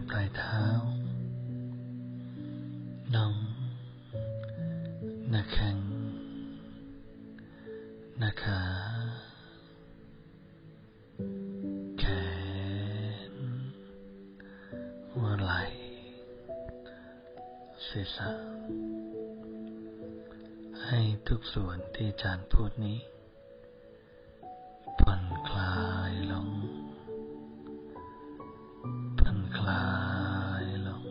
ปลายเท้าน่องหน้าแข้งหน้าขาแขนหัวไหล่ศีรษะให้ทุกส่วนที่อาจารย์พูดนี้ผ่อนคลายลงผ่อนคลายลง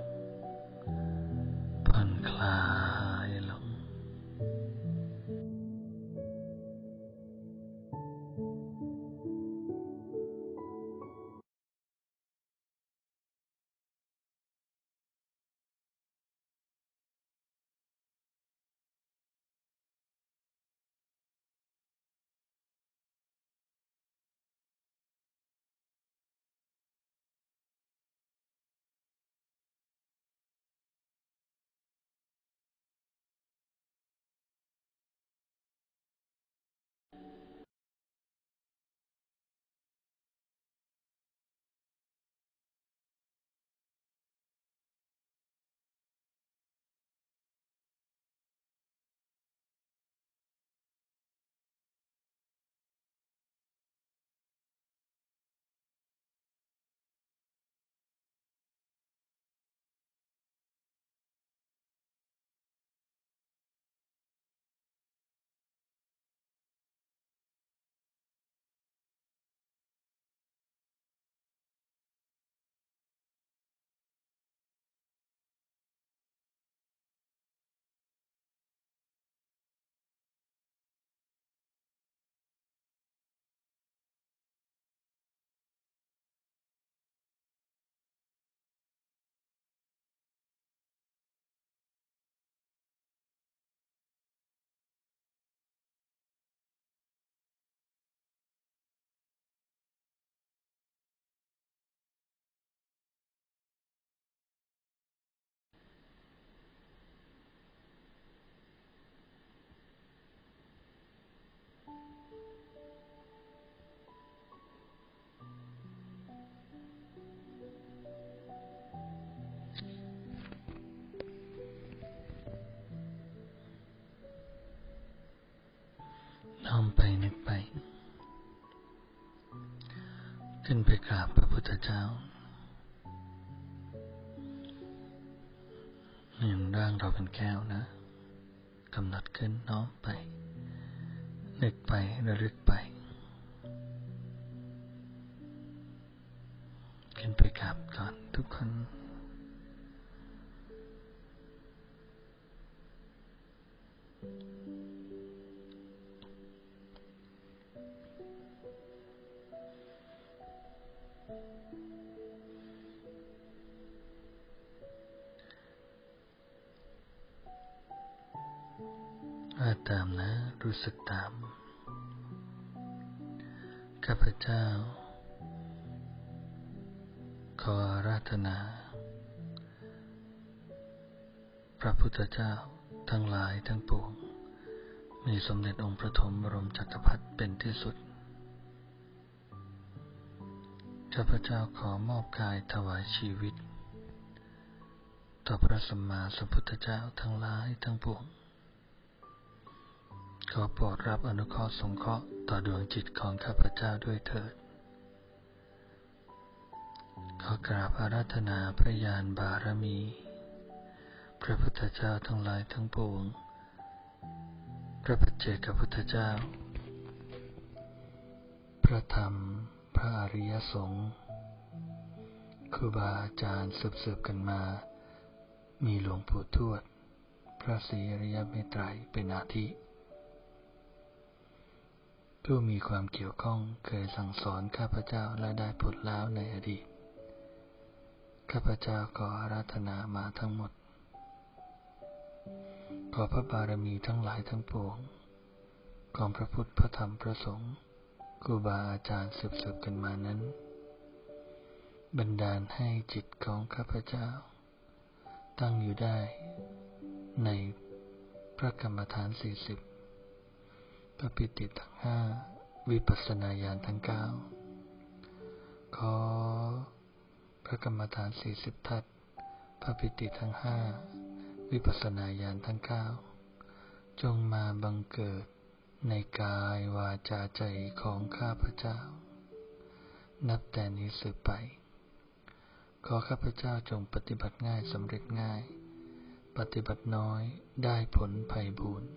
ผ่อนคลายลงน้อมไปนึกไปขึ้นไปกราบพระพุทธเจ้าเห็นร่างเราเป็นแก้วนะกำหนดขึ้นน้อมไปนึกไประลึกไปขึ้นไปกราบก่อนทุกคนตามนะรู้สึกตามข้าพเจ้าขออาราธนาพระพุทธเจ้าทั้งหลายทั้งปวงมีสมเด็จองค์พระปฐมบรมจักรพรรดิเป็นที่สุดข้าพเจ้าขอมอบกายถวายชีวิตต่อพระสัมมาสัมพุทธเจ้าทั้งหลายทั้งปวงขอโปรดรับอนุเคราะห์สงเคราะห์ต่อดวงจิตของข้าพเจ้าด้วยเถิดขอกราบอาราธนาพระญาณบารมีพระพุทธเจ้าทั้งหลายทั้งปวงพระปัจเจกพุทธเจ้าพระธรรมพระอริยสงฆ์ครูบาอาจารย์สืบกันมามีหลวงปู่ทวดพระศรีอริยเมตไตรเป็นอาทิผู้มีความเกี่ยวข้องเคยสั่งสอนข้าพเจ้าและได้ผลแล้วในอดีตข้าพเจ้าขออาราธนามาทั้งหมดขอพระบารมีทั้งหลายทั้งปวงของพระพุทธพระธรรมพระสงฆ์ครูบาอาจารย์สืบกันมานั้นบันดาลให้จิตของข้าพเจ้าตั้งอยู่ได้ในพระกรรมฐาน40พระปิติทั้ง5วิปัสสนาญาณทั้ง9ขอพระกรรมฐาน40 ทัศน์พระปิติทั้ง 5วิปัสสนาญาณทั้ง 9จงมาบังเกิดในกายวาจาใจของข้าพเจ้านับแต่นี้สืบไปขอข้าพเจ้าจงปฏิบัติง่ายสำเร็จง่ายปฏิบัติน้อยได้ผลไพบูรย์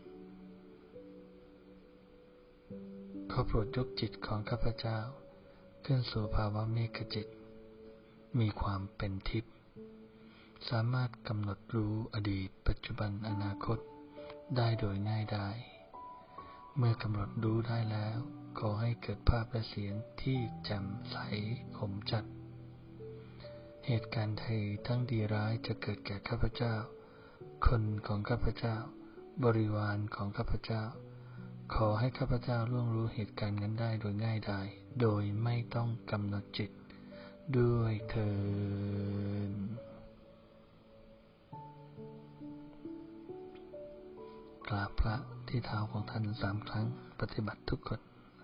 ขอโปรดยกจิตของข้าพเจ้าขึ้นสู่ภาวะเมฆจิตมีความเป็นทิพย์สามารถกำหนดรู้อดีตปัจจุบันอนาคตได้โดยง่ายดายเมื่อกำหนดรู้ได้แล้วขอให้เกิดภาพและเสียงที่แจ่มใสคมชัดเหตุการณ์ใดทั้งดีร้ายจะเกิดแก่ข้าพเจ้าคนของข้าพเจ้าบริวารของข้าพเจ้าขอให้ข้าพเจ้าล่วงรู้เหตุการณ์นั้นได้โดยง่ายดายโดยไม่ต้องกำหนดจิตด้วยเถิดกราบพระที่เท้าของท่าน3 ครั้งปฏิบัติทุกคน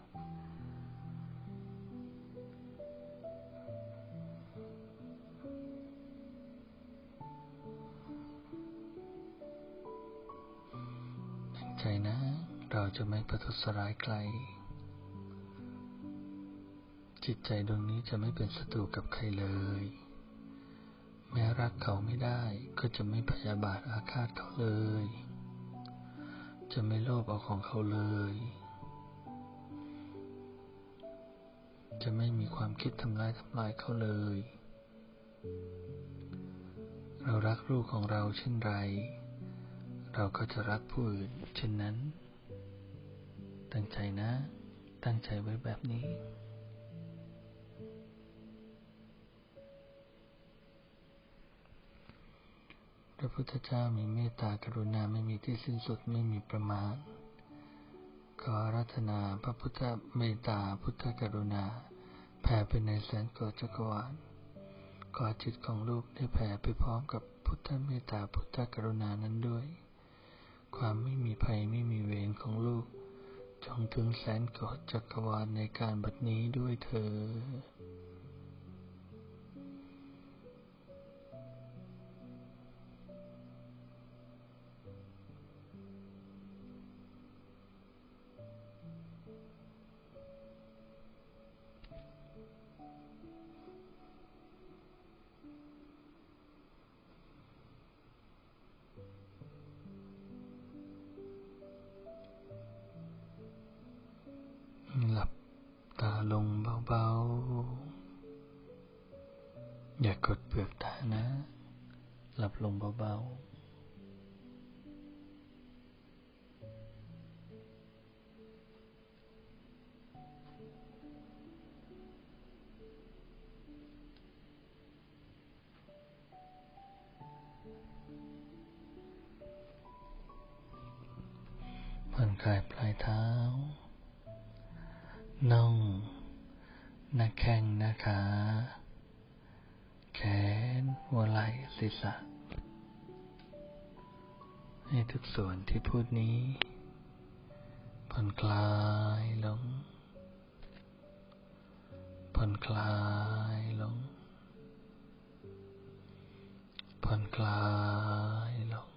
ตั้งใจนะเราจะไม่ประทุษร้ายใครจิตใจดวงนี้จะไม่เป็นศัตรูกับใครเลยแม้รักเขาไม่ได้ก็จะไม่พยาบาทอาฆาตเขาเลยจะไม่โลภเอาของเขาเลยจะไม่มีความคิดทำลายเขาเลยเรารักลูกของเราเช่นไรเราก็จะรักผู้อื่นเช่นนั้นตั้งใจนะตั้งใจไว้แบบนี้พระพุทธเจ้ามีเมตตากรุณาไม่มีที่สิ้นสุดไม่มีประมาณขออาราธนาพระพุทธเมตตาพุทธกรุณาแผ่ไปในแสนโกฏจักรวาลขอจิตของลูกได้แผ่ไปพร้อมกับพุทธเมตตาพุทธกรุณานั้นด้วยความไม่มีภัยไม่มีเวรของลูกจงถึงแสนโกฏจักรวาลในการบัดนี้ด้วยเถิดหลับตาลงเบาๆอย่ากดเปลือกตานะหลับลงเบาๆผ่อนคลายปลายเท้าน่องหน้าแข้งหน้าขาแขนหัวไหล่ศีรษะให้ทุกส่วนที่พูดนี้ผ่อนคลายลงผ่อนคลายลงผ่อนคลายลง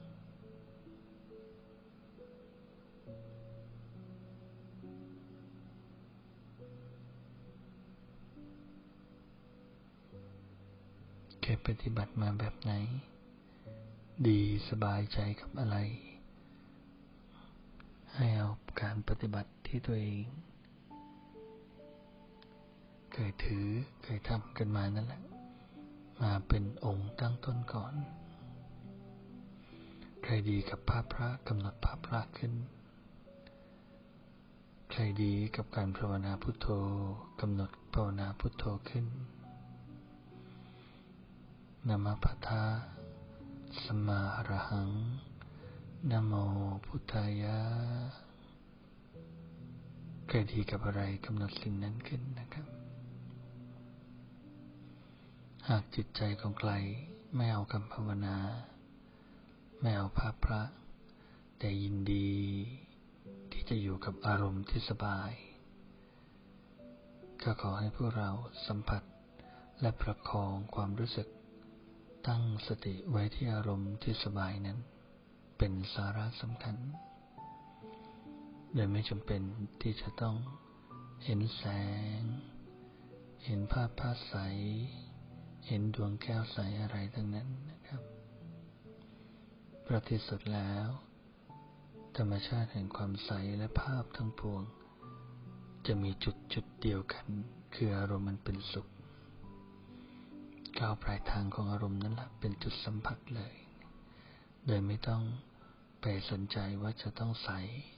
ปฏิบัติมาแบบไหนดีสบายใจกับอะไรให้เอาการปฏิบัติที่ตัวเองเคยถือเคยทำกันมานั่นแหละมาเป็นองค์ตั้งต้นก่อนใครดีกับภาพพระกำหนดภาพพระขึ้นใครดีกับการภาวนาพุทโธกำหนดภาวนาพุทโธขึ้นนะมะปะทะสัมมาอรหังนะโมพุทธายะใครดีกับอะไรกำหนดสิ่งนั้นขึ้นนะครับหากจิตใจของใครไม่เอาคำภาวนาไม่เอาภาพพระแต่ยินดีที่จะอยู่กับอารมณ์ที่สบายก็ขอให้พวกเราสัมผัสและประคองความรู้สึกตั้งสติไว้ที่อารมณ์ที่สบายนั้นเป็นสาระสำคัญโดยไม่จำเป็นที่จะต้องเห็นแสงเห็นภาพใสเห็นดวงแก้วใสอะไรทั้งนั้นนะครับเพราะที่สุดแล้วธรรมชาติแห่งความใสและภาพทั้งปวงจะมีจุดเดียวกันคืออารมณ์มันเป็นสุขก้าวปลายทางของอารมณ์นั้นแหละเป็นจุดสัมผัสเลยโดยไม่ต้องไปสนใจว่าจะต้องใส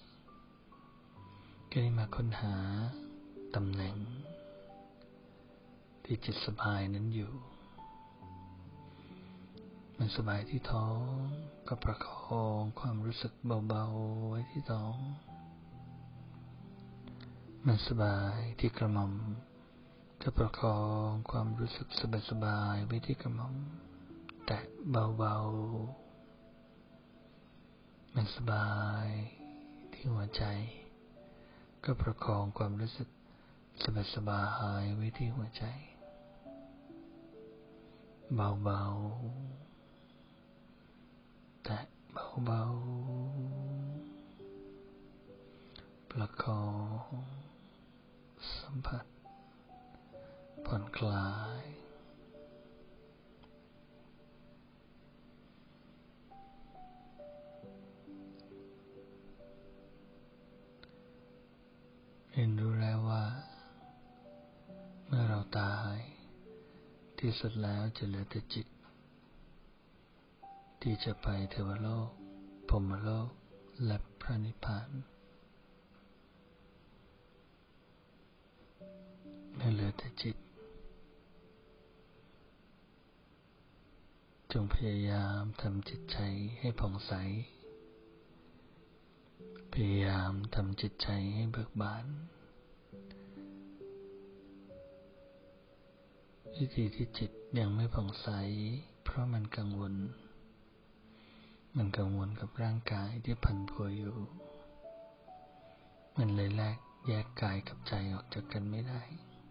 ก็ได้มาค้นหาตำแหน่งที่จิตสบายนั้นอยู่มันสบายที่ท้องก็ประคองความรู้สึกเบาๆไว้ที่ท้องมันสบายที่กระหม่อมก็ประคองความรู้สึกสบายๆไว้ที่กระหม่อมแตะเบาๆมันสบายที่หัวใจก็ประคองความรู้สึกสบายๆไว้ที่หัวใจเบาๆแตะเบาๆประคองสัมผัสผ่อนคลายเรียนรู้แล้วว่าเมื่อเราตายที่สุดแล้วจะเหลือแต่จิตที่จะไปเทวโลกพรหมโลกและพระนิพพานเมื่อเหลือแต่จิตจงพยายามทำจิตใจให้ผ่องใสพยายามทำจิตใจให้เบิกบานวิธีที่จิตยังไม่ผ่องใสเพราะมันกังวลกับร่างกายที่พันพัวอยู่มันเลยแยกกายกับใจออกจากกันไม่ได้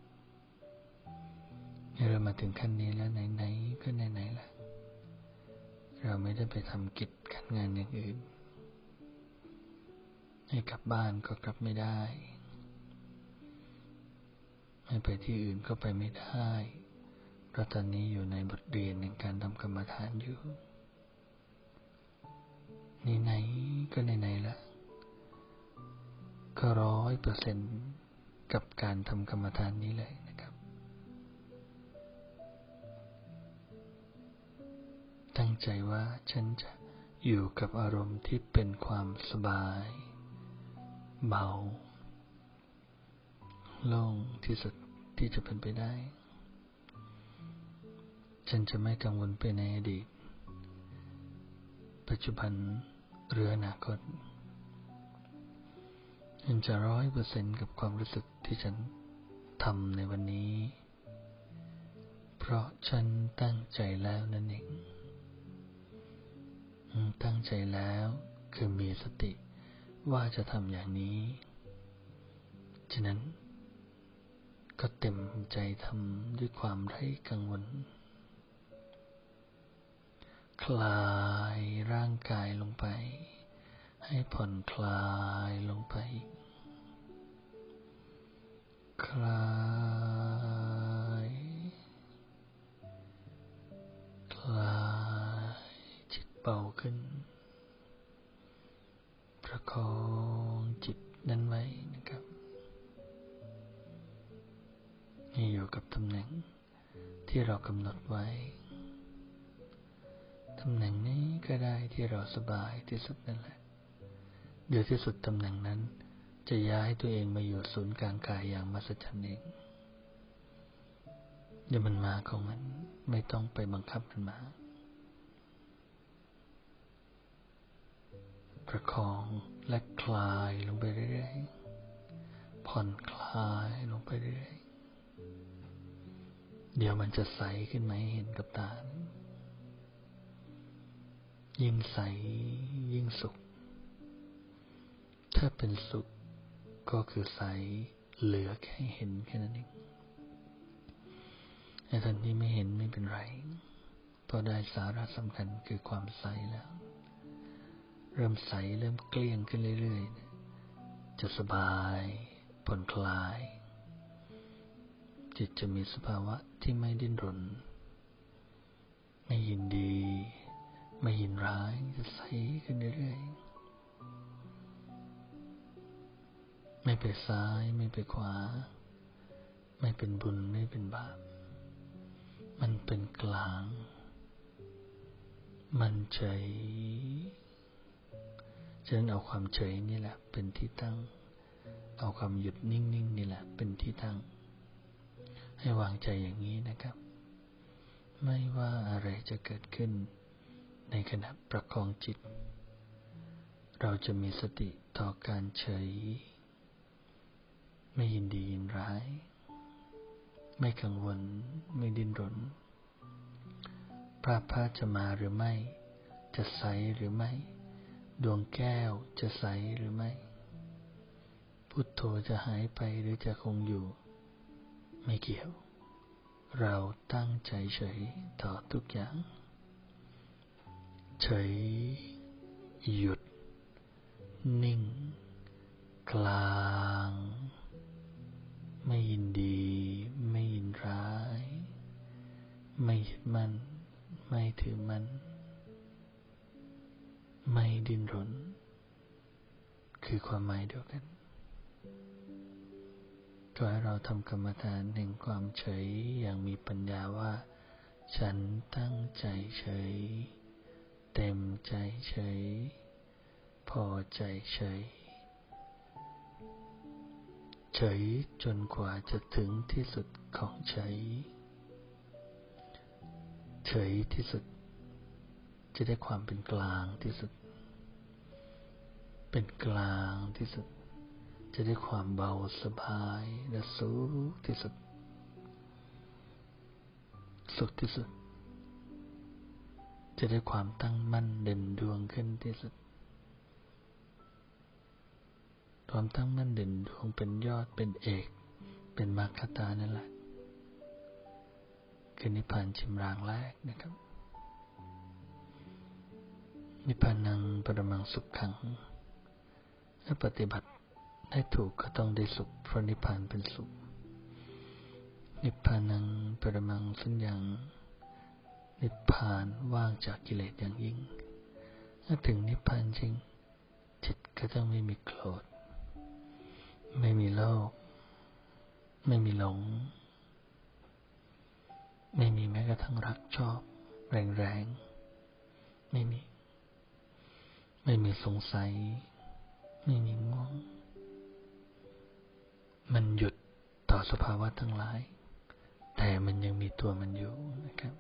เรามาถึงขั้นนี้แล้วไหนๆก็ไหนๆละเราไม่ได้ไปทำกิจการงานอย่างอื่นให้กลับบ้านก็กลับไม่ได้ให้ไปที่อื่นก็ไปไม่ได้เพราะตอนนี้อยู่ในบทเรียนในการทำกรรมฐานอยู่ไหนๆก็ไหนๆละก็100%กับการทำกรรมฐานนี้เลยนะครับตั้งใจว่าฉันจะอยู่กับอารมณ์ที่เป็นความสบายเบาโล่งที่สุดที่จะเป็นไปได้ฉันจะไม่กังวลไปในอดีตปัจจุบันหรืออนาคตฉันจะ100%กับความรู้สึกที่ฉันทำในวันนี้เพราะฉันตั้งใจแล้วนั่นเองตั้งใจแล้วคือมีสติว่าจะทำอย่างนี้ฉะนั้นก็เต็มใจทำด้วยความไร้กังวลคลายร่างกายลงไปให้ผ่อนคลายลงไปคลายจิตเบาขึ้นประคองจิตนั้นไว้นะครับให้อยู่กับตำแหน่งที่เรากำหนดไว้ตำแหน่งนี้ก็ได้ที่เราสบายที่สุดนั่นแหละเดี๋ยวที่สุดตำแหน่งนั้นจะย้ายตัวเองมาอยู่ศูนย์กลางกายอย่างมหัศจรรย์เองเดี๋ยวมันมาของมันไม่ต้องไปบังคับมันมาประคองและคลายลงไปเรื่อยๆผ่อนคลายลงไปเรื่อยๆเดี๋ยวมันจะใสขึ้นมาให้เห็นกับตายิ่งใสยิ่งสุขถ้าเป็นสุขก็คือใสเหลือแค่เห็นแค่นั้นเองในทันที่ไม่เห็นไม่เป็นไรพอได้สาระสำคัญคือความใสแล้วเริ่มใสเริ่มเกลี้ยงขึ้นเรื่อยๆจะสบายผ่อนคลายจิตจะมีสภาวะที่ไม่ดิ้นรนไม่ยินดีไม่ยินร้ายจะใสขึ้นเรื่อยๆไม่ไปซ้ายไม่ไปขวาไม่เป็นบุญไม่เป็นบาปมันเป็นกลางมันเฉยฉะนั้นเอาความเฉยนี่แหละเป็นที่ตั้งเอาความหยุดนิ่งๆนี่แหละเป็นที่ตั้งให้วางใจอย่างนี้นะครับไม่ว่าอะไรจะเกิดขึ้นในขณะประคองจิตเราจะมีสติต่อการเฉยไม่ยินดียินร้ายไม่กังวลไม่ดิ้นรนพระจะมาหรือไม่จะใสหรือไม่ดวงแก้วจะใสหรือไม่พุทโธจะหายไปหรือจะคงอยู่ไม่เกี่ยวเราตั้งใจเฉยต่อทุกอย่างเฉยหยุดนิ่งกลางไม่ยินดีไม่ยินร้ายไม่ยึดมั่นไม่ถือมั่นไม่ดิ้นรนคือความหมายเดียวกันขอให้เราทำกรรมฐานแห่งความเฉยอย่างมีปัญญาว่าฉันตั้งใจเฉยเต็มใจเฉยพอใจเฉยเฉยจนกว่าจะถึงที่สุดของเฉยเฉยที่สุดจะได้ความเป็นกลางที่สุดเป็นกลางที่สุดจะได้ความเบาสบายและสุขที่สุดสุขที่สุดจะได้ความตั้งมั่นเด่นดวงขึ้นที่สุดความตั้งมั่นเด่นดวงเป็นยอดเป็นเอกเป็นมรรคตานั่นแหละคือนิพพานชิมรางแรกนะครับนิพพานังปรมังสุขขังถ้าปฏิบัติได้ถูกก็ต้องได้สุขเพราะนิพพานเป็นสุขนิพพานังปรมังสุญญังนิพพานว่างจากกิเลสอย่างยิ่งถ้าถึงนิพพานจริงจิตก็ต้องไม่มีโกรธไม่มีโลภไม่มีหลงไม่มีแม้กระทั่งรักชอบแรงๆไม่มีสงสัยไม่มีง่วงมันหยุดต่อสภาวะทั้งหลายแต่มันยังมีตัวมันอยู่นะครับ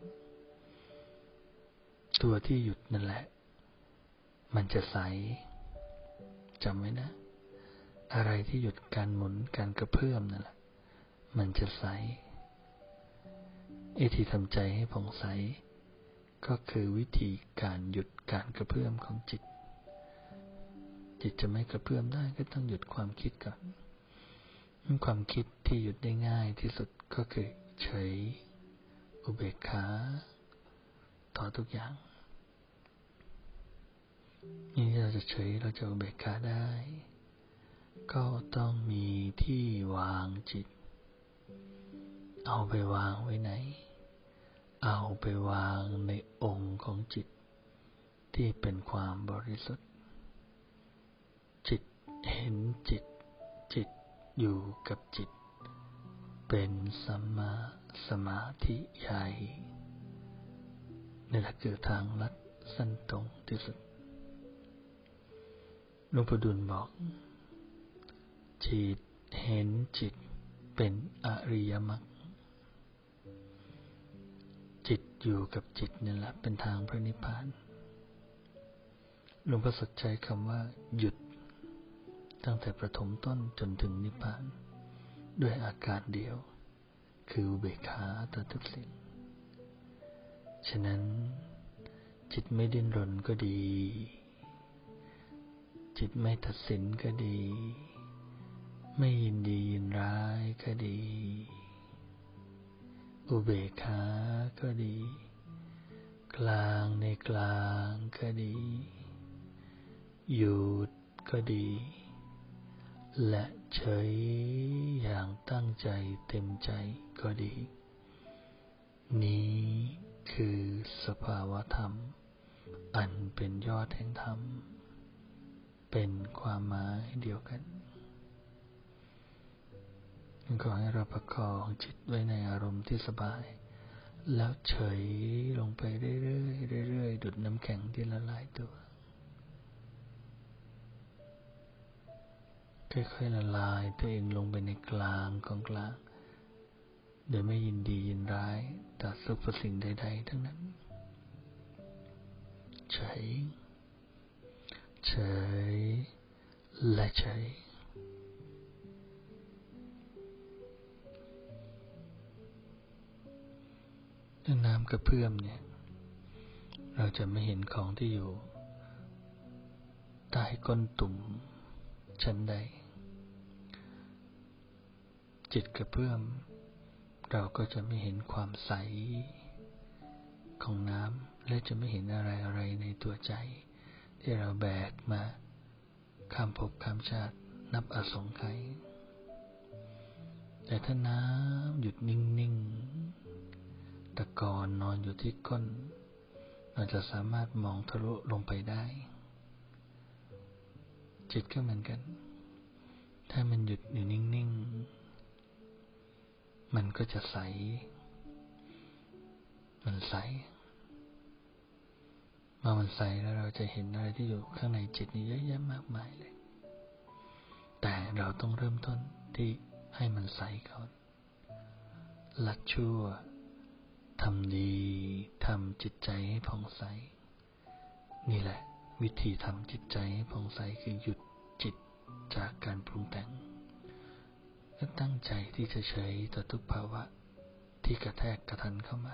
ตัวที่หยุดนั่นแหละมันจะใสจำไว้นะอะไรที่หยุดการหมุนการกระเพื่อมนั่นแหละมันจะใสที่ทำใจให้ผ่องใสก็คือวิธีการหยุดการกระเพื่อมของจิตจะไม่กระเพื่อมได้ก็ต้องหยุดความคิดก่อนความคิดที่หยุดได้ง่ายที่สุดก็คือเฉยอุเบกขาต่อทุกอย่างนี่เราจะเฉยเราจะอุเบกขาได้ก็ต้องมีที่วางจิตเอาไปวางไว้ไหนเอาไปวางในองค์ของจิตที่เป็นความบริสุทธิ์จิตเห็นจิตอยู่กับจิตเป็นสัมมาสมาธิใหญ่นี่แหละคือทางลัดสั้นตรงที่สุดหลวงปู่ดุลบอกจิตเห็นจิตเป็นอริยมรรคจิตอยู่กับจิตนี่แหละเป็นทางพระนิพพานหลวงพ่อสดใจคำว่าหยุดตั้งแต่ประถมต้นจนถึงนิพพานด้วยอาการเดียวคืออุเบกขาต่อทุกสิ่งฉะนั้นจิตไม่ดิ้นรนก็ดีจิตไม่ตัดสินก็ดีไม่ยินดียินร้ายก็ดีอุเบกขาก็ดีกลางในกลางก็ดีหยุดก็ดีและเฉยอย่างตั้งใจเต็มใจก็ดีนี้คือสภาวธรรมอันเป็นยอดแห่งธรรมเป็นความหมายเดียวกันขอให้เราประคองจิตไว้ในอารมณ์ที่สบายแล้วเฉยลงไปเรื่อยๆดุจน้ำแข็งที่ละลายตัวค่อยๆละลายตัวเองลงไปในกลางของกลางโดยไม่ยินดียินร้ายต่อทุกสิ่งใดๆทั้งนั้นเฉยเฉยและเฉยน้ำกระเพื่อมเนี่ยเราจะไม่เห็นของที่อยู่ใต้ก้นตุ่มชั้นใดจิตกระเพื่อมเราก็จะไม่เห็นความใสของน้ำและจะไม่เห็นอะไรในตัวใจที่เราแบกมาข้ามภพข้ามชาตินับอสงไขยแต่ถ้าน้ำหยุดนิ่งๆตะกอนนอนอยู่ที่ก้นเราจะสามารถมองทะลุลงไปได้จิตก็เหมือนกันถ้ามันหยุดอยู่นิ่งๆมันก็จะใสมันใสเมื่อมันใสแล้วเราจะเห็นอะไรที่อยู่ข้างในจิตนี่เยอะแยะมากมายเลยแต่เราต้องเริ่มต้นที่ให้มันใสก่อนละชั่วทำดีทำจิตใจให้ผ่องใสนี่แหละวิธีทำจิตใจให้ผ่องใสคือหยุดจิตจากการปรุงแต่งและตั้งใจที่จะเฉยต่อทุกภาวะที่กระแทกกระทันเข้ามา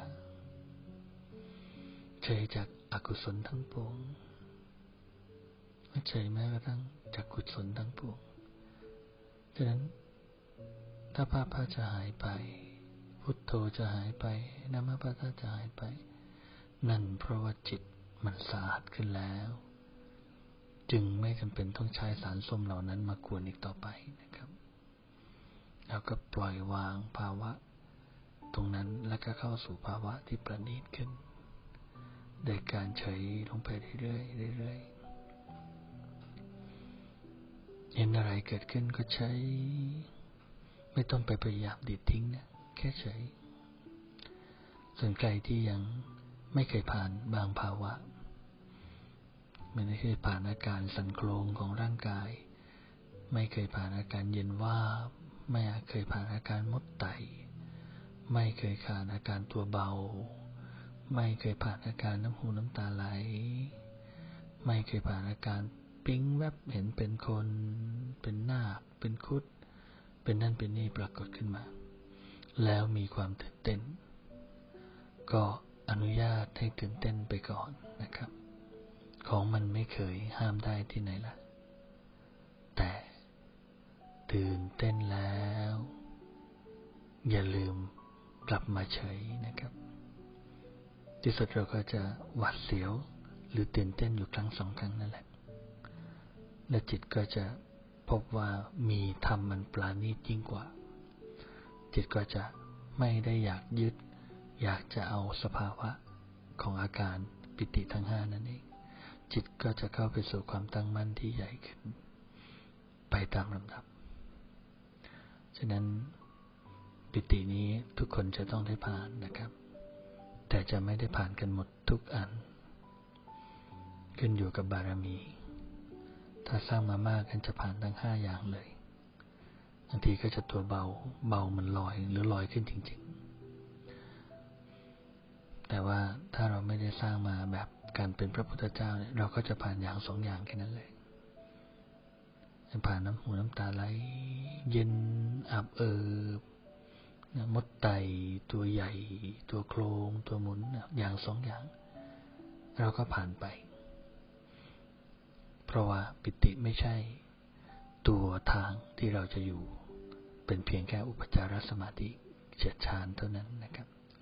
เฉยจากอกุศลทั้งปวงเฉยแม้กระทั่งจากกุศลทั้งปวงฉะนั้นถ้าภาพจะหายไปพุทโธจะหายไปนามาปัฏฐาจะหายไปนั่นเพราะว่าจิตมันสะอาดขึ้นแล้วจึงไม่จำเป็นต้องใช้สารส้มเหล่านั้นมากวนอีกต่อไปนะครับแล้วก็ปล่อยวางภาวะตรงนั้นแล้วก็เข้าสู่ภาวะที่ประณีตขึ้นโดยการเฉยลงไปเรื่อยๆเห็นอะไรเกิดขึ้นก็ใช้ไม่ต้องไปพยายามดิดทิ้งนะแค่เฉยส่วนใครที่ยังไม่เคยผ่านบางภาวะไม่เคยผ่านอาการสั่นโคลงของร่างกายไม่เคยผ่านอาการเย็นว่าไม่เคยผ่านอาการมดไตไม่เคยผ่านอาการตัวเบาไม่เคยผ่านอาการน้ำหูน้ำตาไหลไม่เคยผ่านอาการปิ๊งแวบเห็นเป็นคนเป็นนาคเป็นครุฑเป็นนั่นเป็นนี่ปรากฏขึ้นมาแล้วมีความตื่นเต้นก็อนุญาตให้ตื่นเต้นไปก่อนนะครับของมันไม่เคยห้ามได้ที่ไหนล่ะแต่ตื่นเต้นแล้วอย่าลืมกลับมาเฉยนะครับที่สุดเราก็จะหวาดเสียวหรือตื่นเต้นอยู่ครั้งสองครั้งนั่นแหละและจิตก็จะพบว่ามีธรรมมันปราณีตยิ่งกว่าจิตก็จะไม่ได้อยากยึดอยากจะเอาสภาวะของอาการปิติทั้งห้านั่นเองจิตก็จะเข้าไปสู่ความตั้งมั่นที่ใหญ่ขึ้นไปตามลำดับฉะนั้นปิตินี้ทุกคนจะต้องได้ผ่านนะครับแต่จะไม่ได้ผ่านกันหมดทุกอันขึ้นอยู่กับบารมีถ้าสร้างมามากกันจะผ่านทั้ง5อย่างเลยบางทีก็จะตัวเบามันลอยหรือลอยขึ้นจริงๆแต่ว่าถ้าเราไม่ได้สร้างมาแบบการเป็นพระพุทธเจ้าเนี่ยเราก็จะผ่านอย่าง2อย่างแค่นั้นเลยผ่านน้ำหูน้ำตาไหลเย็นอาบมดไตตัวใหญ่ตัวโครงตัวหมุนอย่าง2อย่างเราก็ผ่านไปเพราะว่าปิติไม่ใช่ตัวทางที่เราจะอยู่เป็นเพียงแค่อุปจารสมาธิเฉียดฌานเท่านั้นนะครับ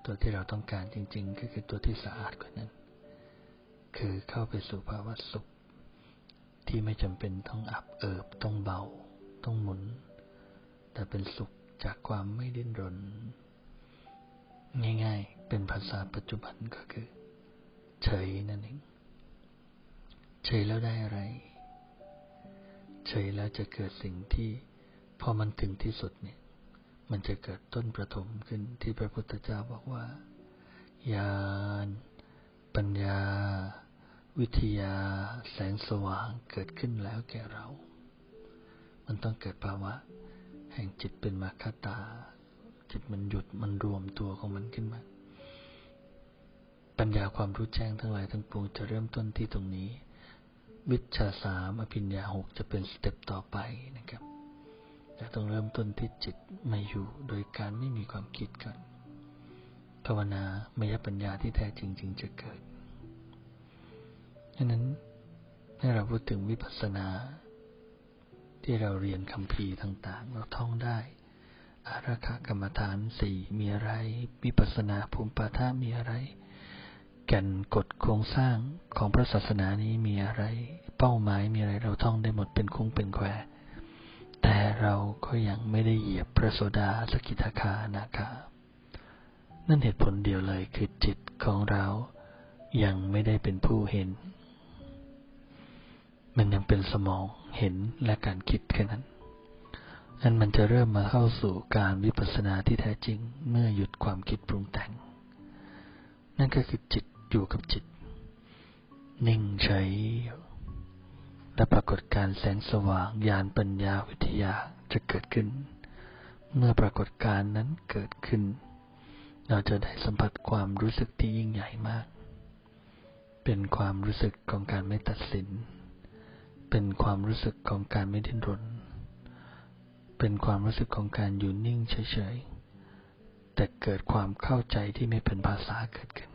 ตัวที่เราต้องการจริงๆก็คือตัวที่สะอาดกว่านั้นคือเข้าไปสู่ภาวะสุขที่ไม่จำเป็นต้องอับเอิบต้องเบาต้องหมุนแต่เป็นสุขจากความไม่ดิ้นรนง่ายๆเป็นภาษาปัจจุบันก็คือเฉยนั่นเองเฉยแล้วได้อะไรเฉยแล้วจะเกิดสิ่งที่พอมันถึงที่สุดเนี่ยมันจะเกิดต้นประถมขึ้นที่พระพุทธเจ้าบอกว่าญาณปัญญาวิทยาแสงสว่างเกิดขึ้นแล้วแก่เรามันต้องเกิดภาวะแห่งจิตเป็นมรรคตาจิตมันหยุดมันรวมตัวของมันขึ้นมาปัญญาความรู้แจ้งทั้งหลายทั้งปวงจะเริ่มต้นที่ตรงนี้วิชชา3อภิญญา6จะเป็นสเต็ปต่อไปนะครับแต่ต้องเริ่มต้นที่จิตมาอยู่โดยการไม่มีความคิดก่อนภาวนามยปัญญาที่แท้จริงจึงจะเกิดฉะนั้นให้เราพูดถึงวิปัสสนาที่เราเรียนคัมภีร์ต่างๆเราท่องได้อาราคะกรรมฐาน4มีอะไรวิปัสสนาภูมิปาฐะมีอะไรแก่นกฎโครงสร้างของพระศาสนานี้มีอะไรเป้าหมายมีอะไรเราท่องได้หมดเป็นคุ้งเป็นแควแต่เราก็ยังไม่ได้เหยียบพระโสดาสกิทาคาอนาคานั่นเหตุผลเดียวเลยคือจิตของเรายังไม่ได้เป็นผู้เห็นมันยังเป็นสมองเห็นและการคิดแค่นั้นนั่นมันจะเริ่มมาเข้าสู่การวิปัสสนาที่แท้จริงเมื่อหยุดความคิดปรุงแต่งนั่นก็คือจิตอยู่กับจิตนิ่งเฉยและปรากฏการแสงสว่างญาณปัญญาวิทยาจะเกิดขึ้นเมื่อปรากฏการนั้นเกิดขึ้นเราจะได้สัมผัสความรู้สึกที่ยิ่งใหญ่มากเป็นความรู้สึกของการไม่ตัดสินเป็นความรู้สึกของการไม่ดิ้นรนเป็นความรู้สึกของการอยู่นิ่งเฉยๆแต่เกิดความเข้าใจที่ไม่เป็นภาษาเกิดขึ้น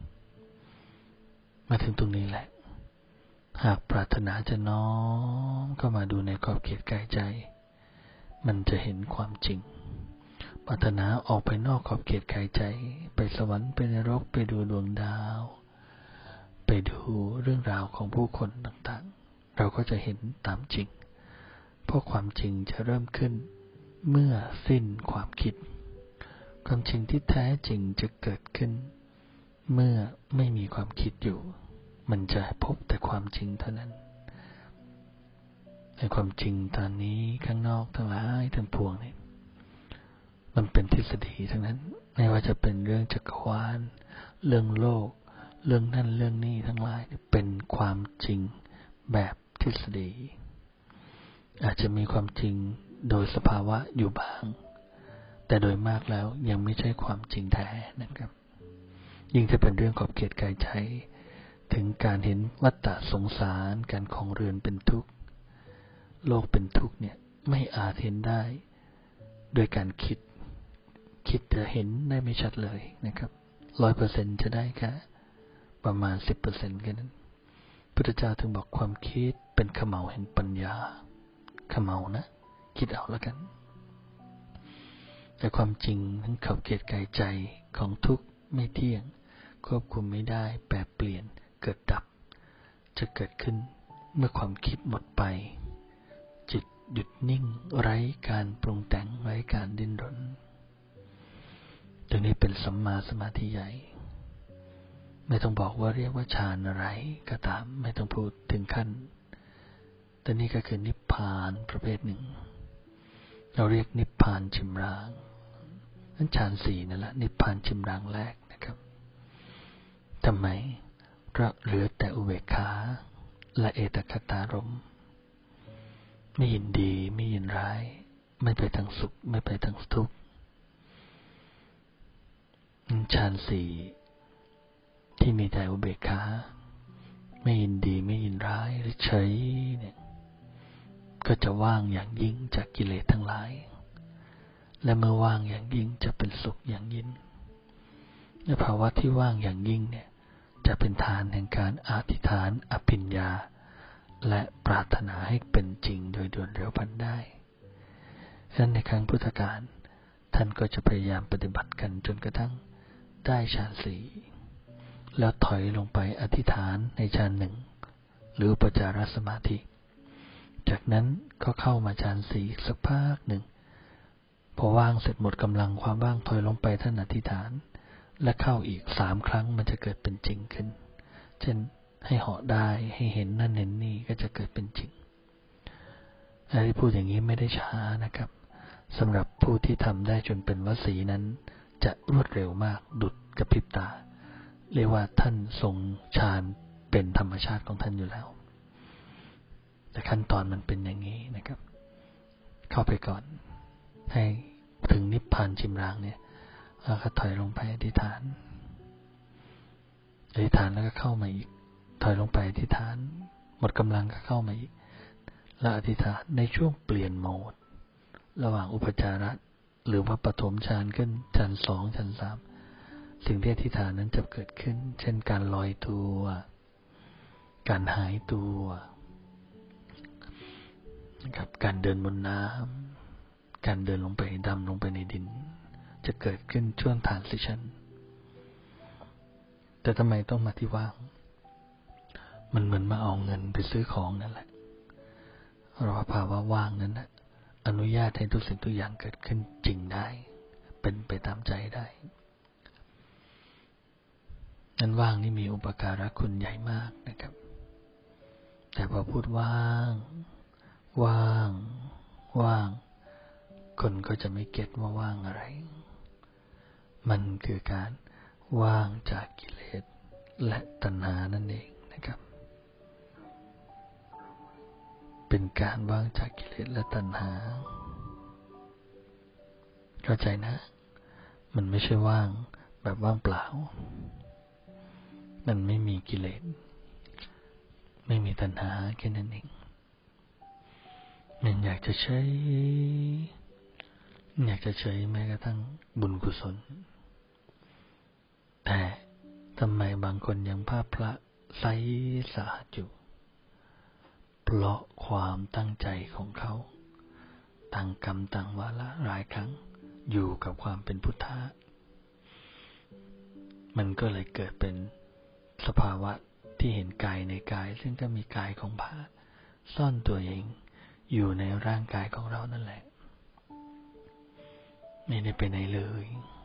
มาถึงตรงนี้แหละหากปรารถนาจะน้อมเข้ามาดูในขอบเขตกายใจมันจะเห็นความจริงปรารถนาออกไปนอกขอบเขตกายใจไปสวรรค์ไปนรกไปดูดวงดาวไปดูเรื่องราวของผู้คนต่างๆเราก็จะเห็นตามจริงเพราะความจริงจะเริ่มขึ้นเมื่อสิ้นความคิดความจริงที่แท้จริงจะเกิดขึ้นเมื่อไม่มีความคิดอยู่มันจะพบแต่ความจริงเท่านั้นในความจริงตอนนี้ข้างนอกทั้งหลายทั้งปวงเนี่ยมันเป็นทฤษฎีทั้งนั้นไม่ว่าจะเป็นเรื่องจักรวาลเรื่องโลกเรื่องนั่นเรื่องนี้ทั้งหลายเป็นความจริงแบบทฤษฎีอาจจะมีความจริงโดยสภาวะอยู่บ้างแต่โดยมากแล้วยังไม่ใช่ความจริงแท้นะครับยิ่งถ้าเป็นเรื่องขอบเขตกายใจถึงการเห็นวัฏฏะสงสารการครองเรือนเป็นทุกข์โลกเป็นทุกข์เนี่ยไม่อาจเห็นได้โดยการคิดจะเห็นได้ไม่ชัดเลยนะครับ 100% จะได้แค่ประมาณ 10% แค่นั้นพุทธเจ้าถึงบอกความคิดเป็นเขม่าแห่งปัญญาเขม่านะคิดเอาแล้วกันแต่ความจริงทั้งขอบเขตกายใจของทุกข์ไม่เที่ยงควบคุมไม่ได้แปรเปลี่ยนเกิดดับจะเกิดขึ้นเมื่อความคิดหมดไปจิตหยุดนิ่งไร้การปรุงแต่งไร้การดิ้นรนตรงนี้เป็นสัมมาสมาธิใหญ่ไม่ต้องบอกว่าเรียกว่าฌานอะไรก็ตามไม่ต้องพูดถึงขั้นแต่นี่ก็คือนิพพานประเภทหนึ่งเราเรียกนิพพานชิมรางนั้นฌาน4นั่นแหละนิพพานชิมรางแรกนะครับทำไมเหลือแต่อุเบกขาและเอตคตารมณ์ไม่ยินดีไม่ยินร้ายไม่ไปทางสุขไม่ไปทางทุกข์ฌาน4ที่มีแต่อุเบกขาไม่ยินดีไม่ยินร้ายหรือเฉยเนี่ยก็จะว่างอย่างยิ่งจากกิเลสทั้งหลายและเมื่อว่างอย่างยิ่งจะเป็นสุขอย่างยิ่งและภาวะที่ว่างอย่างยิ่งเนี่ยจะเป็นฐานแห่งการอธิษฐานอภิญญาและปรารถนาให้เป็นจริงโดยด่วนเร็วพลันได้ฉะนั้นในครั้งพุทธกาลท่านก็จะพยายามปฏิบัติกันจนกระทั่งได้ฌานสี่แล้วถอยลงไปอธิษฐานในฌานหนึ่งหรืออุปจารสมาธิจากนั้นก็เข้ามาฌานสี่สักพักหนึ่งพอว่างเสร็จหมดกำลังความว่างถอยลงไปท่านอธิษฐานและเข้าอีก3 ครั้งมันจะเกิดเป็นจริงขึ้นเช่นให้เหาะได้ให้เห็นนั่นเห็นนี่ก็จะเกิดเป็นจริงอะไรที่พูดอย่างนี้ไม่ได้ช้านะครับสำหรับผู้ที่ทำได้จนเป็นวสีนั้นจะรวดเร็วมากดุจกระพริบตาเรียกว่าท่านทรงฌานเป็นธรรมชาติของท่านอยู่แล้วแต่ขั้นตอนมันเป็นอย่างนี้นะครับเข้าไปก่อนให้ถึงนิพพานชิมรางเนี่ยแล้วก็ถอยลงไปอธิษฐานแล้วก็เข้ามาอีกถอยลงไปอธิษฐานหมดกำลังก็เข้ามาอีกแล้วอธิษฐานในช่วงเปลี่ยนโหมดระหว่างอุปจาระหรือว่าปฐมฌานขึ้นฌาน2ฌาน3สิ่งที่อธิษฐานนั้นจะเกิดขึ้นเช่นการลอยตัวการหายตัวนะครับการเดินบนน้ำการเดินลงไปดำลงไปในดินจะเกิดขึ้นช่วงฐานสิชันแต่ทำไมต้องมาที่ว่างมันเหมือนมาเอาเงินไปซื้อของนั่นแหละเราภาวะว่างนั้นนะอนุญาตให้ทุกสิ่งทุกอย่างเกิดขึ้นจริงได้เป็นไปตามใจได้นั้นว่างนี่มีอุปการะคุณใหญ่มากนะครับแต่พอพูดว่างคนก็จะไม่เก็ตว่าว่างอะไรมันคือการว่างจากกิเลสและตัณหานั่นเองนะครับเป็นการว่างจากกิเลสและตัณหาเข้าใจนะมันไม่ใช่ว่างแบบว่างเปล่ามันไม่มีกิเลสไม่มีตัณหาแค่นั้นเองมันอยากจะเฉยแม้กระทั่งบุญกุศลแต่ทำไมบางคนยังภาพพระไสสะอาดอยู่เพราะความตั้งใจของเขาต่างกรรมต่างวาระหลายครั้งอยู่กับความเป็นพุทธะมันก็เลยเกิดเป็นสภาวะที่เห็นกายในกายซึ่งก็มีกายของพระซ่อนตัวเองอยู่ในร่างกายของเรานั่นแหละไม่ได้ไปไหนเลย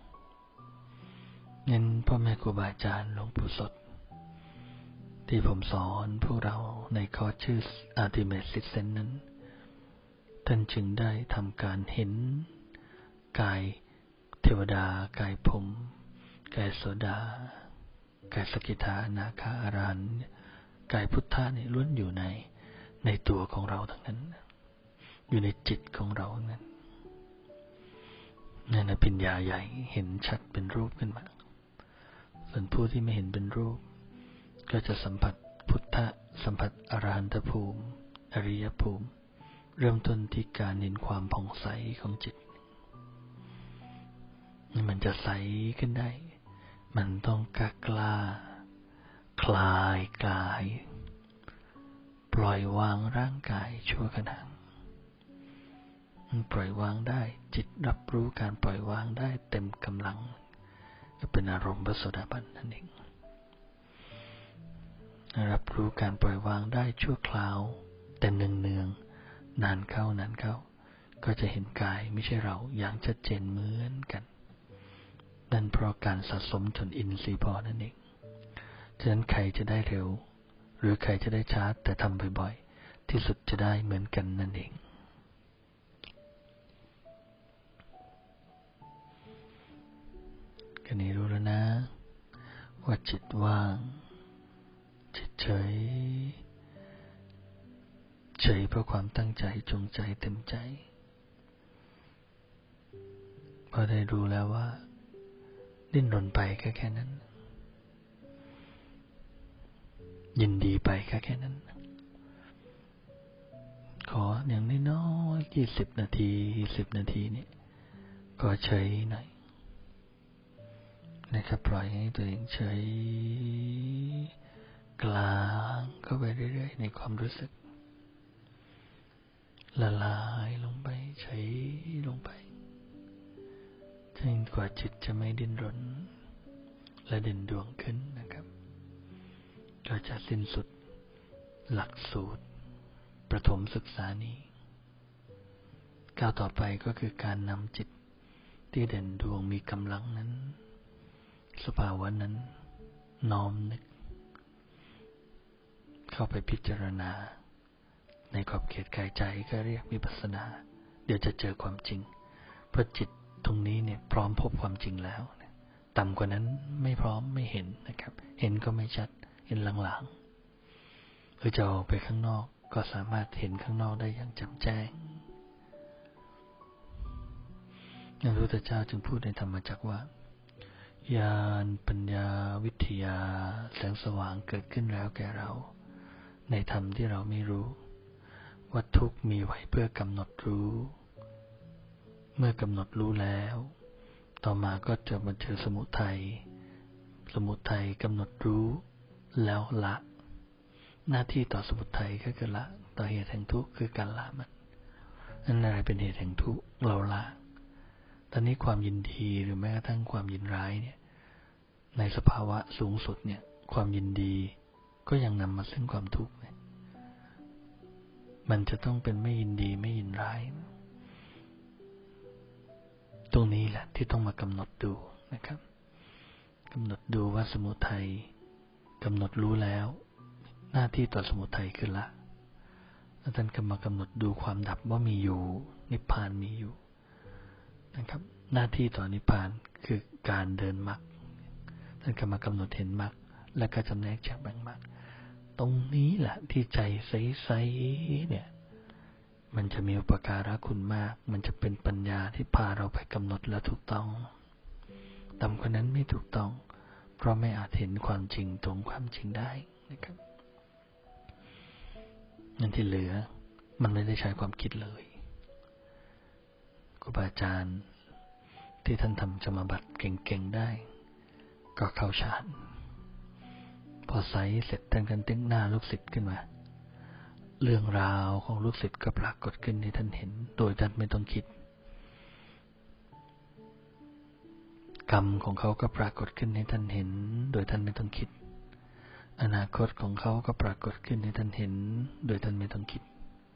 งั้นพ่อแม่ครูบาอาจารย์หลวงปู่สดที่ผมสอนพวกเราในคอร์สชื่อ Ultimate Sixth Sense นั้นท่านจึงได้ทำการเห็นกายเทวดากายพรหมกายโสดากายสกิทาอนาคาอรหันต์กายพุทธะนี่ล้วนอยู่ในตัวของเราทั้งนั้นอยู่ในจิตของเราทั้งนั้นนั่นปัญญาใหญ่เห็นชัดเป็นรูปขึ้นมาส่วนผู้ที่ไม่เห็นเป็นรูปก็จะสัมผัสพุทธะสัมผัสอรหันตภูมิอริยภูมิเริ่มต้นที่การเห็นความผ่องใสของจิตมันจะใสขึ้นได้มันต้องกล้าคลายกายปล่อยวางร่างกายชั่วขณะปล่อยวางได้จิตรับรู้การปล่อยวางได้เต็มกำลังก็เป็นอารมณ์พระโสดาบันนั่นเองรับรู้การปล่อยวางได้ชั่วคราวแต่เนืองนานเข้าก็จะเห็นกายไม่ใช่เราอย่างชัดเจนเหมือนกันนั่นเพราะการสะสมจนอินทรีย์พอนั่นเองฉะนั้นใครจะได้เร็วหรือใครจะได้ช้าแต่ทำบ่อยๆที่สุดจะได้เหมือนกันนั่นเองกันนี้รู้แล้วนะว่าจิตว่างจิตเฉยเพราะความตั้งใจจงใจเต็มใจพอได้รู้แล้วว่าดิ้นรนไปแค่นั้นยินดีไปแค่นั้นขออย่างน้อยๆ20 นาที10 นาทีนี่ก็เฉยหน่อยนะครับปล่อยให้ตัวเองเฉยกลางเข้าไปเรื่อยๆในความรู้สึกละลายลงไปเฉยลงไปจนกว่าจิตจะไม่ดิ้นรนและเด่นดวงขึ้นนะครับก็จะสิ้นสุดหลักสูตรประถมศึกษานี้ก้าวต่อไปก็คือการนำจิตที่เด่นดวงมีกำลังนั้นสภาวะนั้นน้อมนึกเข้าไปพิจารณาในขอบเขตกายใจก็เรียกวิปัสสนาเดี๋ยวจะเจอความจริงเพราะจิตตรงนี้เนี่ยพร้อมพบความจริงแล้วต่ำกว่านั้นไม่พร้อมไม่เห็นนะครับเห็นก็ไม่ชัดเห็นลางๆหรือจะออกไปข้างนอกก็สามารถเห็นข้างนอกได้อย่างแจ่มแจ้งพระพุทธเจ้าจึงพูดในธรรมจักรว่าญาณปัญญาวิทยาแสงสว่างเกิดขึ้นแล้วแก่เราในธรรมที่เราไม่รู้ว่าทุกข์มีไว้เพื่อกำหนดรู้เมื่อกำหนดรู้แล้วต่อมาก็จะมาเจอสมุทัยกำหนดรู้แล้วละหน้าที่ต่อสมุทัยก็คือละต่อเหตุแห่งทุกข์คือการละมันนั่นอะไรเป็นเหตุแห่งทุกข์เราละตอนนี้ความยินดีหรือแม้กระทั่งความยินร้ายเนี่ยในสภาวะสูงสุดเนี่ยความยินดีก็ยังนำมาซึ่งความทุกข์มันจะต้องเป็นไม่ยินดีไม่ยินร้ายตรงนี้แหละที่ต้องมากำหนดดูนะครับกำหนดดูว่าสมุทัยกำหนดรู้แล้วหน้าที่ต่อสมุทัยคือละแล้วท่านก็มากำหนดดูความดับว่ามีอยู่นิพพานมีอยู่นะครับหน้าที่ต่อนิพพานคือการเดินมรรคท่านก็มากำหนดเห็นมรรคและก็จำแนกแจกแบ่งมรรคตรงนี้แหละที่ใจใสๆเนี่ยมันจะมีอุปการะคุณมากมันจะเป็นปัญญาที่พาเราไปกำหนดและถูกต้องต่ำกว่านั้นไม่ถูกต้องเพราะไม่อาจเห็นความจริงตรงความจริงได้นะครับนั่นที่เหลือมันไม่ได้ใช้ความคิดเลยครูบาอาจารย์ที่ท่านทำสมาบัติเก่งๆได้ก็เข้าฌานพอใสเสร็จท่านก็ตึงหน้าลูกศิษย์ขึ้นมาเรื่องราวของลูกศิษย์ก็ปรากฏขึ้นให้ท่านเห็นโดยท่านไม่ต้องคิดกรรมของเขาก็ปรากฏขึ้นให้ท่านเห็นโดยท่านไม่ต้องคิดอนาคตของเขาก็ปรากฏขึ้นให้ท่านเห็นโดยท่านไม่ต้องคิด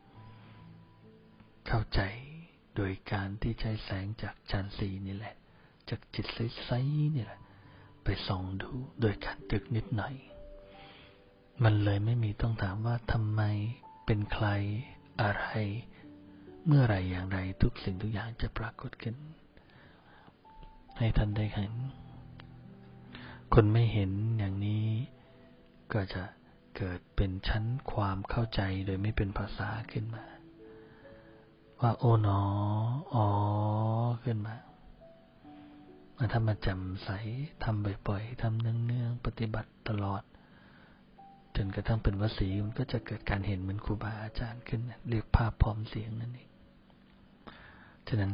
เข้าใจโดยการที่ใช้แสงจากฌานสี่นี่แหละจากจิตใสๆนี่แหละไปส่องดูโดยการตรึกนิดหน่อยมันเลยไม่มีต้องถามว่าทำไมเป็นใครอะไรเมื่อไรอย่างไรทุกสิ่งทุกอย่างจะปรากฏขึ้นให้ท่านได้เห็นคนไม่เห็นอย่างนี้ก็จะเกิดเป็นชั้นความเข้าใจโดยไม่เป็นภาษาขึ้นมาว่าโอ๋หนออ๋อขึ้นมาถ้ามาจำใสทำบ่อยๆทำเนืองๆปฏิบัติตลอดจนกระทั่งเป็นวสีมันก็จะเกิดการเห็นเหมือนครูบาอาจารย์ขึ้นเรียกภาพพร้อมเสียงนั่นเองฉะนั้น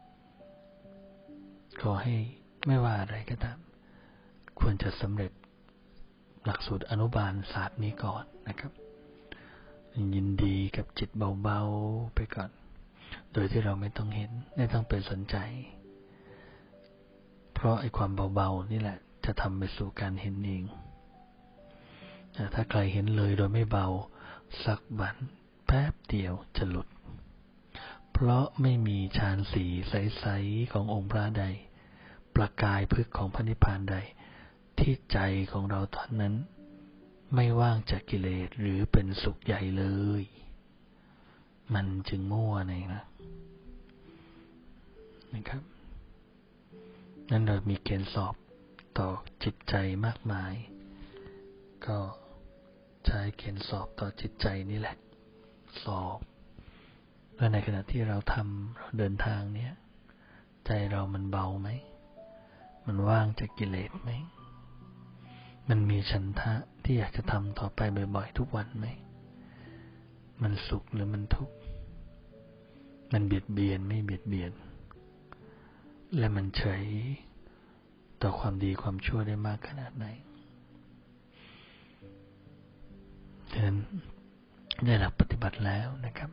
ขอให้ไม่ว่าอะไรก็ตามควรจะสำเร็จหลักสูตรอนุบาลศาสตร์นี้ก่อนนะครับยินดีกับจิตเบาๆไปก่อนโดยที่เราไม่ต้องเห็นไม่ต้องไปสนใจเพราะไอ้ความเบาๆนี่แหละจะทำไปสู่การเห็นเองถ้าใครเห็นเลยโดยไม่เบาสักบันแป๊บเดียวจะหลุดเพราะไม่มีฌานสี่ใสๆขององค์พระใดประกายพฤกษ์ของพระนิพพานใดที่ใจของเราตอนนั้นไม่ว่างจากกิเลสหรือเป็นสุขใหญ่เลยมันจึงมั่วนะครับนั่นเรามีเกณฑ์สอบต่อจิตใจมากมายก็ใช้เกณฑ์สอบต่อจิตใจนี่แหละสอบแล้วในขณะที่เราเดินทางเนี้ยใจเรามันเบาไหมมันว่างจากกิเลสไหมมันมีฉันทะที่อยากจะทำต่อไปบ่อยๆทุกวันไหมมันสุขหรือมันทุกข์มันเบียดเบียนไม่เบียดเบียนและมันเฉยต่อความดีความชั่วได้มากขนาดไหนฉะนั้นได้หลักปฏิบัติแล้วนะครับ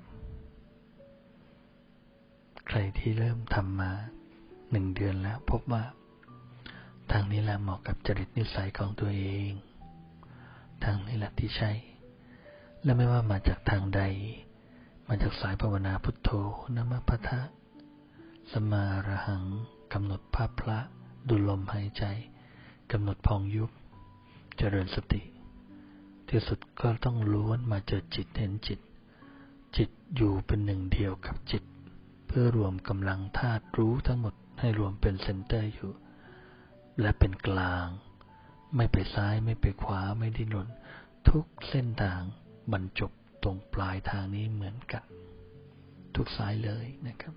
ใครที่เริ่มทำมา1 เดือนแล้วพบว่าทางนี้แหละเหมาะกับจริตนิสัยของตัวเองทางนี้แหละที่ใช่และไม่ว่ามาจากทางใดมาจากสายภาวนาพุทโธนะมะพะทะสมาระหังกำหนดภาพพระดูลมหายใจกำหนดพองยุบเจริญสติที่สุดก็ต้องล้วนมาเจอจิตเห็นจิตจิตอยู่เป็นหนึ่งเดียวกับจิตเพื่อรวมกำลังธาตุรู้ทั้งหมดให้รวมเป็นเซนเตอร์อยู่และเป็นกลางไม่ไปซ้ายไม่ไปขวาไม่ดิ้นรนทุกเส้นทางบรรจบตรงปลายทางนี้เหมือนกันทุกสายเลยนะครับ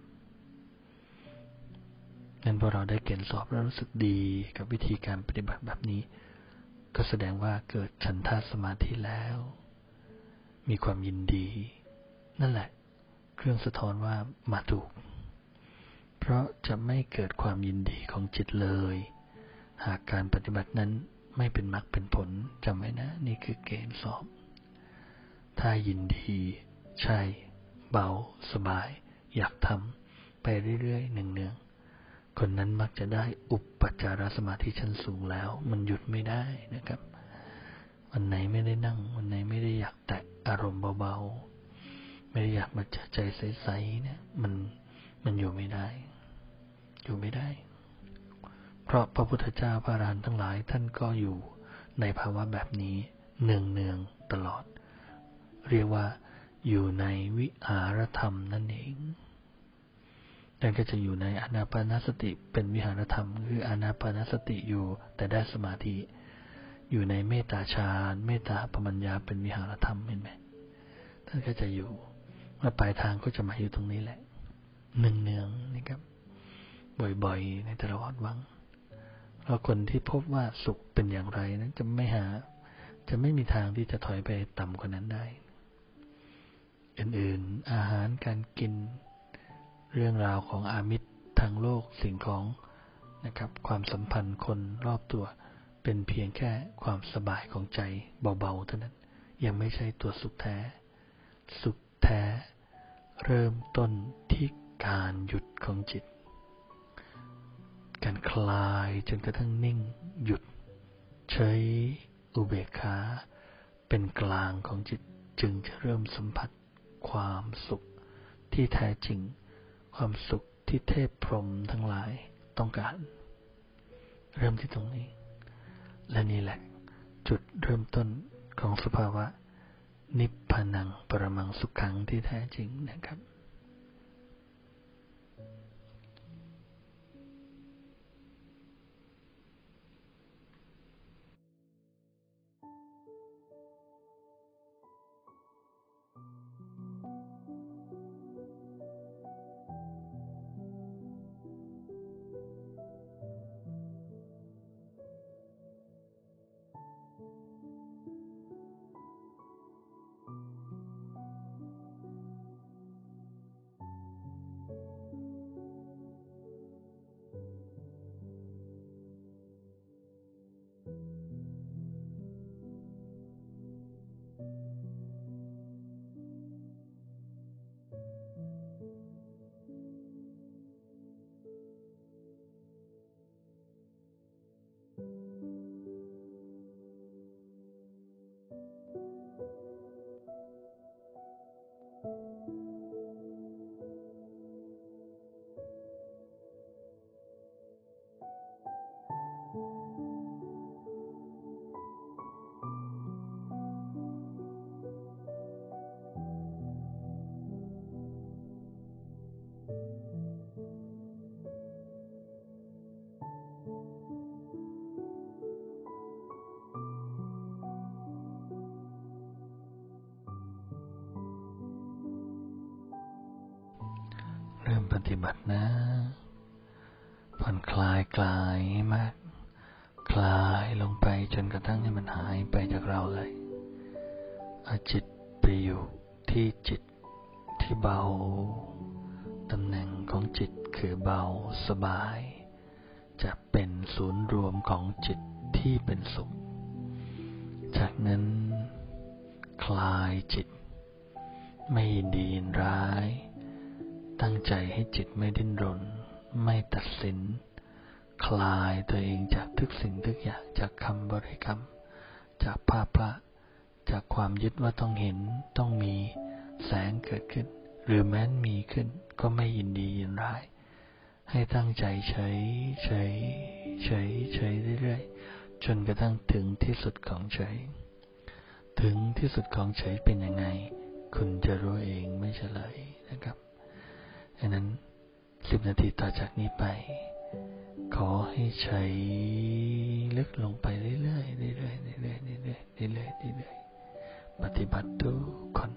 งั้นพอเราได้เกณฑ์สอบแล้วรู้สึกดีกับวิธีการปฏิบัติแบบนี้ก็แสดงว่าเกิดฉันทะสมาธิแล้วมีความยินดีนั่นแหละเครื่องสะท้อนว่ามาถูกเพราะจะไม่เกิดความยินดีของจิตเลยหากการปฏิบัตินั้นไม่เป็นมรรคเป็นผลจำไว้นะนี่คือเกณฑ์สอบถ้ายินดีใช่เบาสบายอยากทำไปเรื่อยๆเนืองๆคนนั้นมักจะได้อุปจารสมาธิชั้นสูงแล้วมันหยุดไม่ได้นะครับวันไหนไม่ได้นั่งวันไหนไม่ได้อยากแตะอารมณ์เบาๆไม่ได้อยากมาใจใสๆเนี่ยมันอยู่ไม่ได้เพราะพระพุทธเจ้าพระอรหันต์ทั้งหลายท่านก็อยู่ในภาวะแบบนี้เนืองๆตลอดเรียกว่าอยู่ในวิหารธรรมนั่นเองนั่นก็จะอยู่ในอานาปานสติเป็นวิหารธรรมคืออานาปานสติอยู่แต่ได้สมาธิอยู่ในเมตตาฌานเมตตาปมัญญาเป็นวิหารธรรมเห็นไหมท่านก็จะอยู่และปลายทางก็จะมาอยู่ตรงนี้แหละเนืองๆนี่ครับบ่อยๆในแต่ละวันแล้วคนที่พบว่าสุขเป็นอย่างไรนั้นจะไม่มีทางที่จะถอยไปต่ำกว่านั้นได้อื่นๆอาหารการกินเรื่องราวของอามิตรทางโลกสิ่งของนะครับความสัมพันธ์คนรอบตัวเป็นเพียงแค่ความสบายของใจเบาๆเท่านั้นยังไม่ใช่ตัวสุขแท้สุขแท้เริ่มต้นที่การหยุดของจิตการคลายจนกระทั่งนิ่งหยุดเฉยอุเบกขาเป็นกลางของจิตจึงจะเริ่มสัมผัสความสุขที่แท้จริงความสุขที่เทพพรหมทั้งหลายต้องการเริ่มที่ตรงนี้และนี่แหละจุดเริ่มต้นของสภาวะนิพพานังปรมังสุขขังที่แท้จริงนะครับเริ่มปฏิบัตินะผ่อนคลายให้มากคลายลงไปจนกระทั่งให้มันหายไปจากเราเลยเอาจิตไปอยู่ที่จิตที่เบาตำแหน่งของจิตคือเบาสบายจะเป็นศูนย์รวมของจิตที่เป็นสุขจากนั้นคลายจิตไม่ยินดียินร้ายตั้งใจให้จิตไม่ดิ้นรนไม่ตัดสินคลายตัวเองจากทุกสิ่งทุกอย่างจากคำบริกรรมจากภาพพระจากความยึดว่าต้องเห็นต้องมีแสงเกิดขึ้นหรือแม้นมีขึ้นก็ไม่ยินดียินร้ายให้ตั้งใจเฉยเฉยเฉยเฉยเรื่อยๆจนกระทั่งถึงที่สุดของเฉยถึงที่สุดของเฉยเป็นยังไงคุณจะรู้เองไม่เฉลยนะครับดังนั้น10 นาทีต่อจากนี้ไปขอให้เฉยลึกลงไปเรื่อยๆเรื่อยๆเรื่อยๆเรื่อยๆเรื่อยๆเรื่อยๆปฏิบัติทุกคน